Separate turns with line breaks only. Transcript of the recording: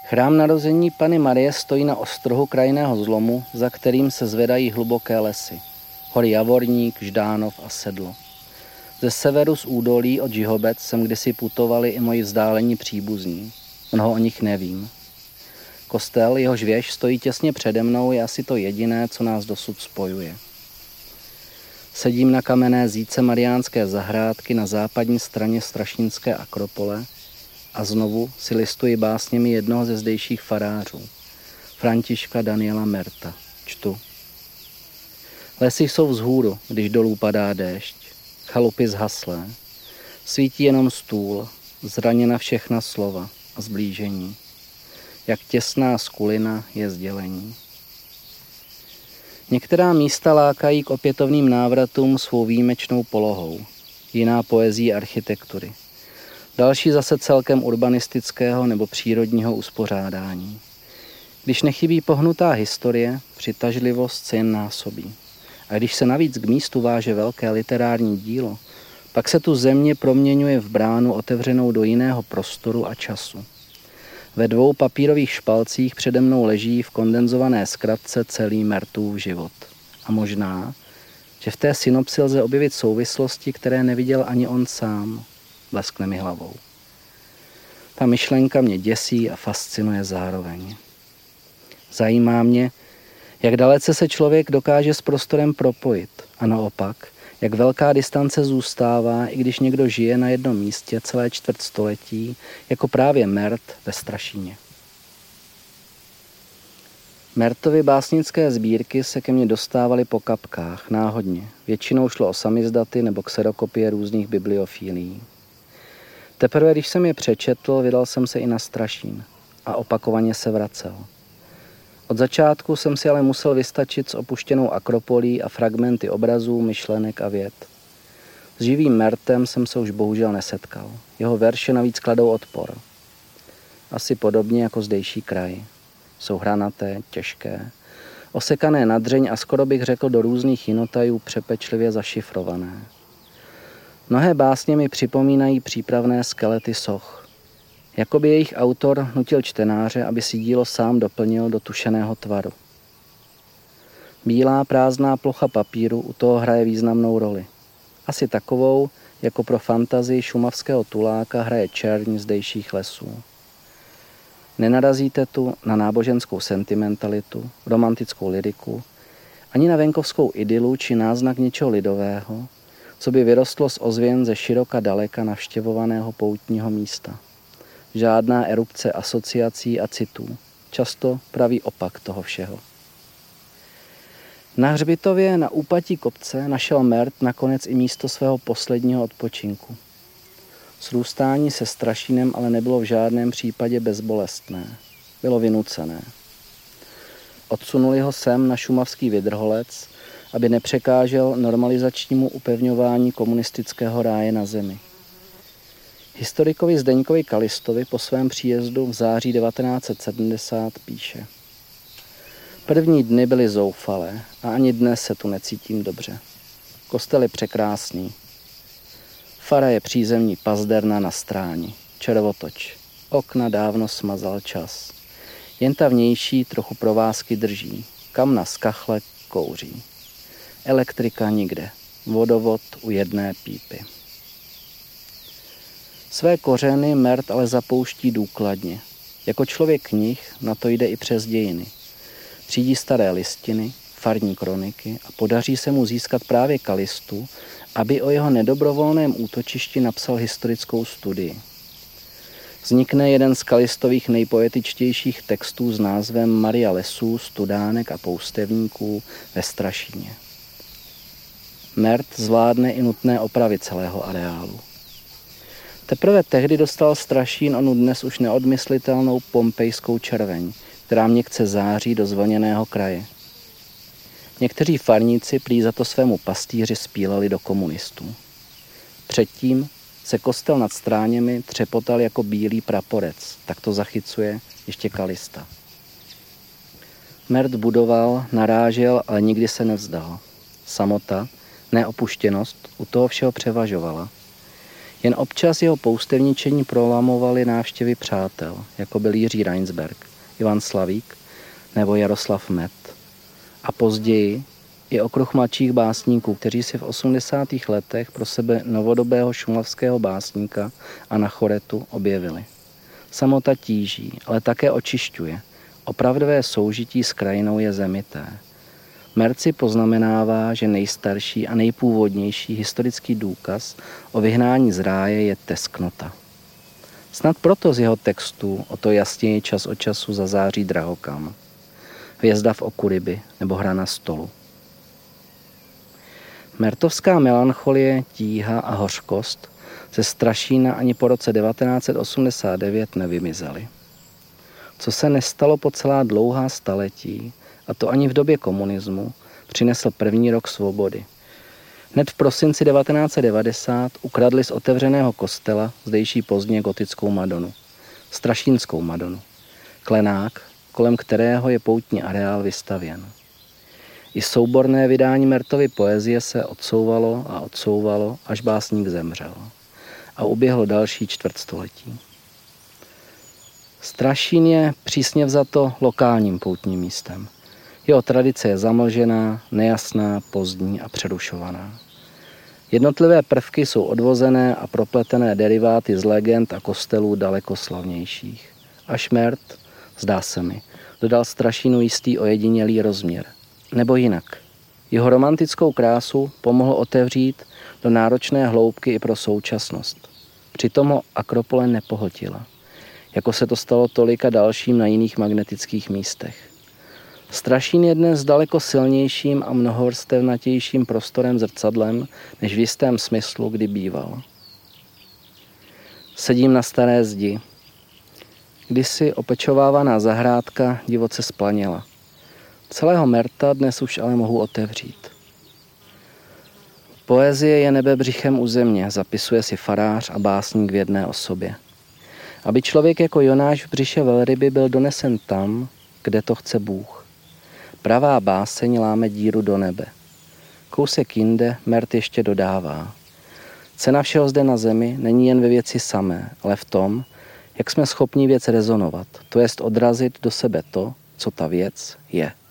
Chrám narození Panny Marie stojí na ostrohu krajinného zlomu, za kterým se zvedají hluboké lesy. Hory Javorník, Ždánov a Sedlo. Ze severu z údolí od Žihobec sem kdysi putovali i moji vzdálení příbuzní. Mnoho o nich nevím. Kostel, jehož věž stojí těsně přede mnou, je asi to jediné, co nás dosud spojuje. Sedím na kamenné zídce Mariánské zahrádky na západní straně Strašínské akropole a znovu si listuji básněmi jednoho ze zdejších farářů, Františka Daniela Merta. Čtu. Lesy jsou vzhůru, když dolů padá déšť, chalupy zhaslé, svítí jenom stůl, zraněna všechna slova a zblížení. Jak těsná skulina je sdělení. Některá místa lákají k opětovným návratům svou výjimečnou polohou, jiná poezí architektury, další zase celkem urbanistického nebo přírodního uspořádání. Když nechybí pohnutá historie, přitažlivost se jen násobí. A když se navíc k místu váže velké literární dílo, pak se tu země proměňuje v bránu otevřenou do jiného prostoru a času. Ve 2 papírových špalcích přede mnou leží v kondenzované zkratce celý Mertův život. A možná, že v té synopsi lze objevit souvislosti, které neviděl ani on sám, leskne mi hlavou. Ta myšlenka mě děsí a fascinuje zároveň. Zajímá mě, jak dalece se člověk dokáže s prostorem propojit a naopak, jak velká distance zůstává, i když někdo žije na jednom místě celé čtvrtstoletí, jako právě Mert ve Strašíně. Mertovy básnické sbírky se ke mně dostávaly po kapkách, náhodně. Většinou šlo o samizdaty nebo kserokopie různých bibliofílií. Teprve, když jsem je přečetl, vydal jsem se i na Strašín a opakovaně se vracel. Od začátku jsem si ale musel vystačit s opuštěnou akropolí a fragmenty obrazů, myšlenek a vět. S živým Mertem jsem se už bohužel nesetkal. Jeho verše navíc kladou odpor. Asi podobně jako zdejší kraj. Jsou hranaté, těžké, osekané na dřeň a skoro bych řekl do různých jinotajů přepečlivě zašifrované. Mnohé básně mi připomínají přípravné skelety soch. Jakoby jejich autor nutil čtenáře, aby si dílo sám doplnil do tušeného tvaru. Bílá prázdná plocha papíru u toho hraje významnou roli. Asi takovou, jako pro fantazii šumavského tuláka hraje čerň zdejších lesů. Nenarazíte tu na náboženskou sentimentalitu, romantickou lyriku, ani na venkovskou idylu či náznak něčeho lidového, co by vyrostlo z ozvěn ze široka daleka navštěvovaného poutního místa. Žádná erupce asociací a citů. Často pravý opak toho všeho. Na hřbitově na úpatí kopce našel Mert nakonec i místo svého posledního odpočinku. Srůstání se Strašínem ale nebylo v žádném případě bezbolestné. Bylo vynucené. Odsunuli ho sem na šumavský Vydrholec, aby nepřekážel normalizačnímu upevňování komunistického ráje na zemi. Historikovi Zdeňkovi Kalistovi po svém příjezdu v září 1970 píše: První dny byly zoufalé a ani dnes se tu necítím dobře. Kostel je překrásný. Fara je přízemní pazderna na stráni, červotoč. Okna dávno smazal čas. Jen ta vnější trochu provázky drží. Kamna z kachle kouří. Elektrika nikde. Vodovod u jedné pípy. Své kořeny Mert ale zapouští důkladně. Jako člověk knih na to jde i přes dějiny. Třídí staré listiny, farní kroniky a podaří se mu získat právě Kalistu, aby o jeho nedobrovolném útočišti napsal historickou studii. Vznikne jeden z Kalistových nejpoetičtějších textů s názvem Maria lesů, studánek a poustevníků ve Strašíně. Mert zvládne i nutné opravy celého areálu. Teprve tehdy dostal Strašín onu dnes už neodmyslitelnou pompejskou červeň, která měkce září do zvlněného kraje. Někteří farníci prý za to svému pastýři spíleli do komunistů. Předtím se kostel nad Stráněmi třepotal jako bílý praporec, tak to zachycuje ještě Kalista. Mert budoval, narážel, ale nikdy se nevzdal. Samota, neopuštěnost u toho všeho převažovala. Jen občas jeho poustevničení prolamovaly návštěvy přátel, jako byl Jiří Reinsberg, Ivan Slavík nebo Jaroslav Met. A později i okruh mladších básníků, kteří si v 80. letech pro sebe novodobého šumavského básníka Anna Choretu objevili. Samota tíží, ale také očišťuje. Opravdové soužití s krajinou je zemité. Merci poznamenává, že nejstarší a nejpůvodnější historický důkaz o vyhnání z ráje je tesknota. Snad proto z jeho textů o to jasněji čas od času zazáří drahokam, hvězda v oku ryby nebo hra na stolu. Mertovská melancholie, tíha a hořkost ze Strašína ani po roce 1989 nevymizely. Co se nestalo po celá dlouhá staletí, a to ani v době komunismu, přinesl první rok svobody. Hned v prosinci 1990 ukradli z otevřeného kostela zdejší pozdně gotickou Madonu, Strašínskou Madonu, klenák, kolem kterého je poutní areál vystavěn. I souborné vydání Mertovy poezie se odsouvalo, až básník zemřel. A uběhlo další čtvrtstoletí. Strašín je přísně vzato lokálním poutním místem. Jeho tradice je zamlžená, nejasná, pozdní a přerušovaná. Jednotlivé prvky jsou odvozené a propletené deriváty z legend a kostelů daleko slavnějších. Až Mert, zdá se mi, dodal Strašínu jistý ojedinělý rozměr. Nebo jinak. Jeho romantickou krásu pomohl otevřít do náročné hloubky i pro současnost. Přitom ho Akropole nepohltila, jako se to stalo tolika dalším na jiných magnetických místech. Strašín je dnes daleko silnějším a mnohovrstevnatějším prostorem zrcadlem, než v jistém smyslu, kdy býval. Sedím na staré zdi. Kdysi opečovávaná zahrádka divoce splaněla. Celého Merta dnes už ale mohu otevřít. Poezie je nebe břichem u země, zapisuje si farář a básník v jedné osobě. Aby člověk jako Jonáš v břiše velryby byl donesen tam, kde to chce Bůh. Pravá báseň láme díru do nebe. Kousek jinde Mert ještě dodává. Cena všeho zde na zemi není jen ve věci samé, ale v tom, jak jsme schopni věc rezonovat, to jest odrazit do sebe to, co ta věc je.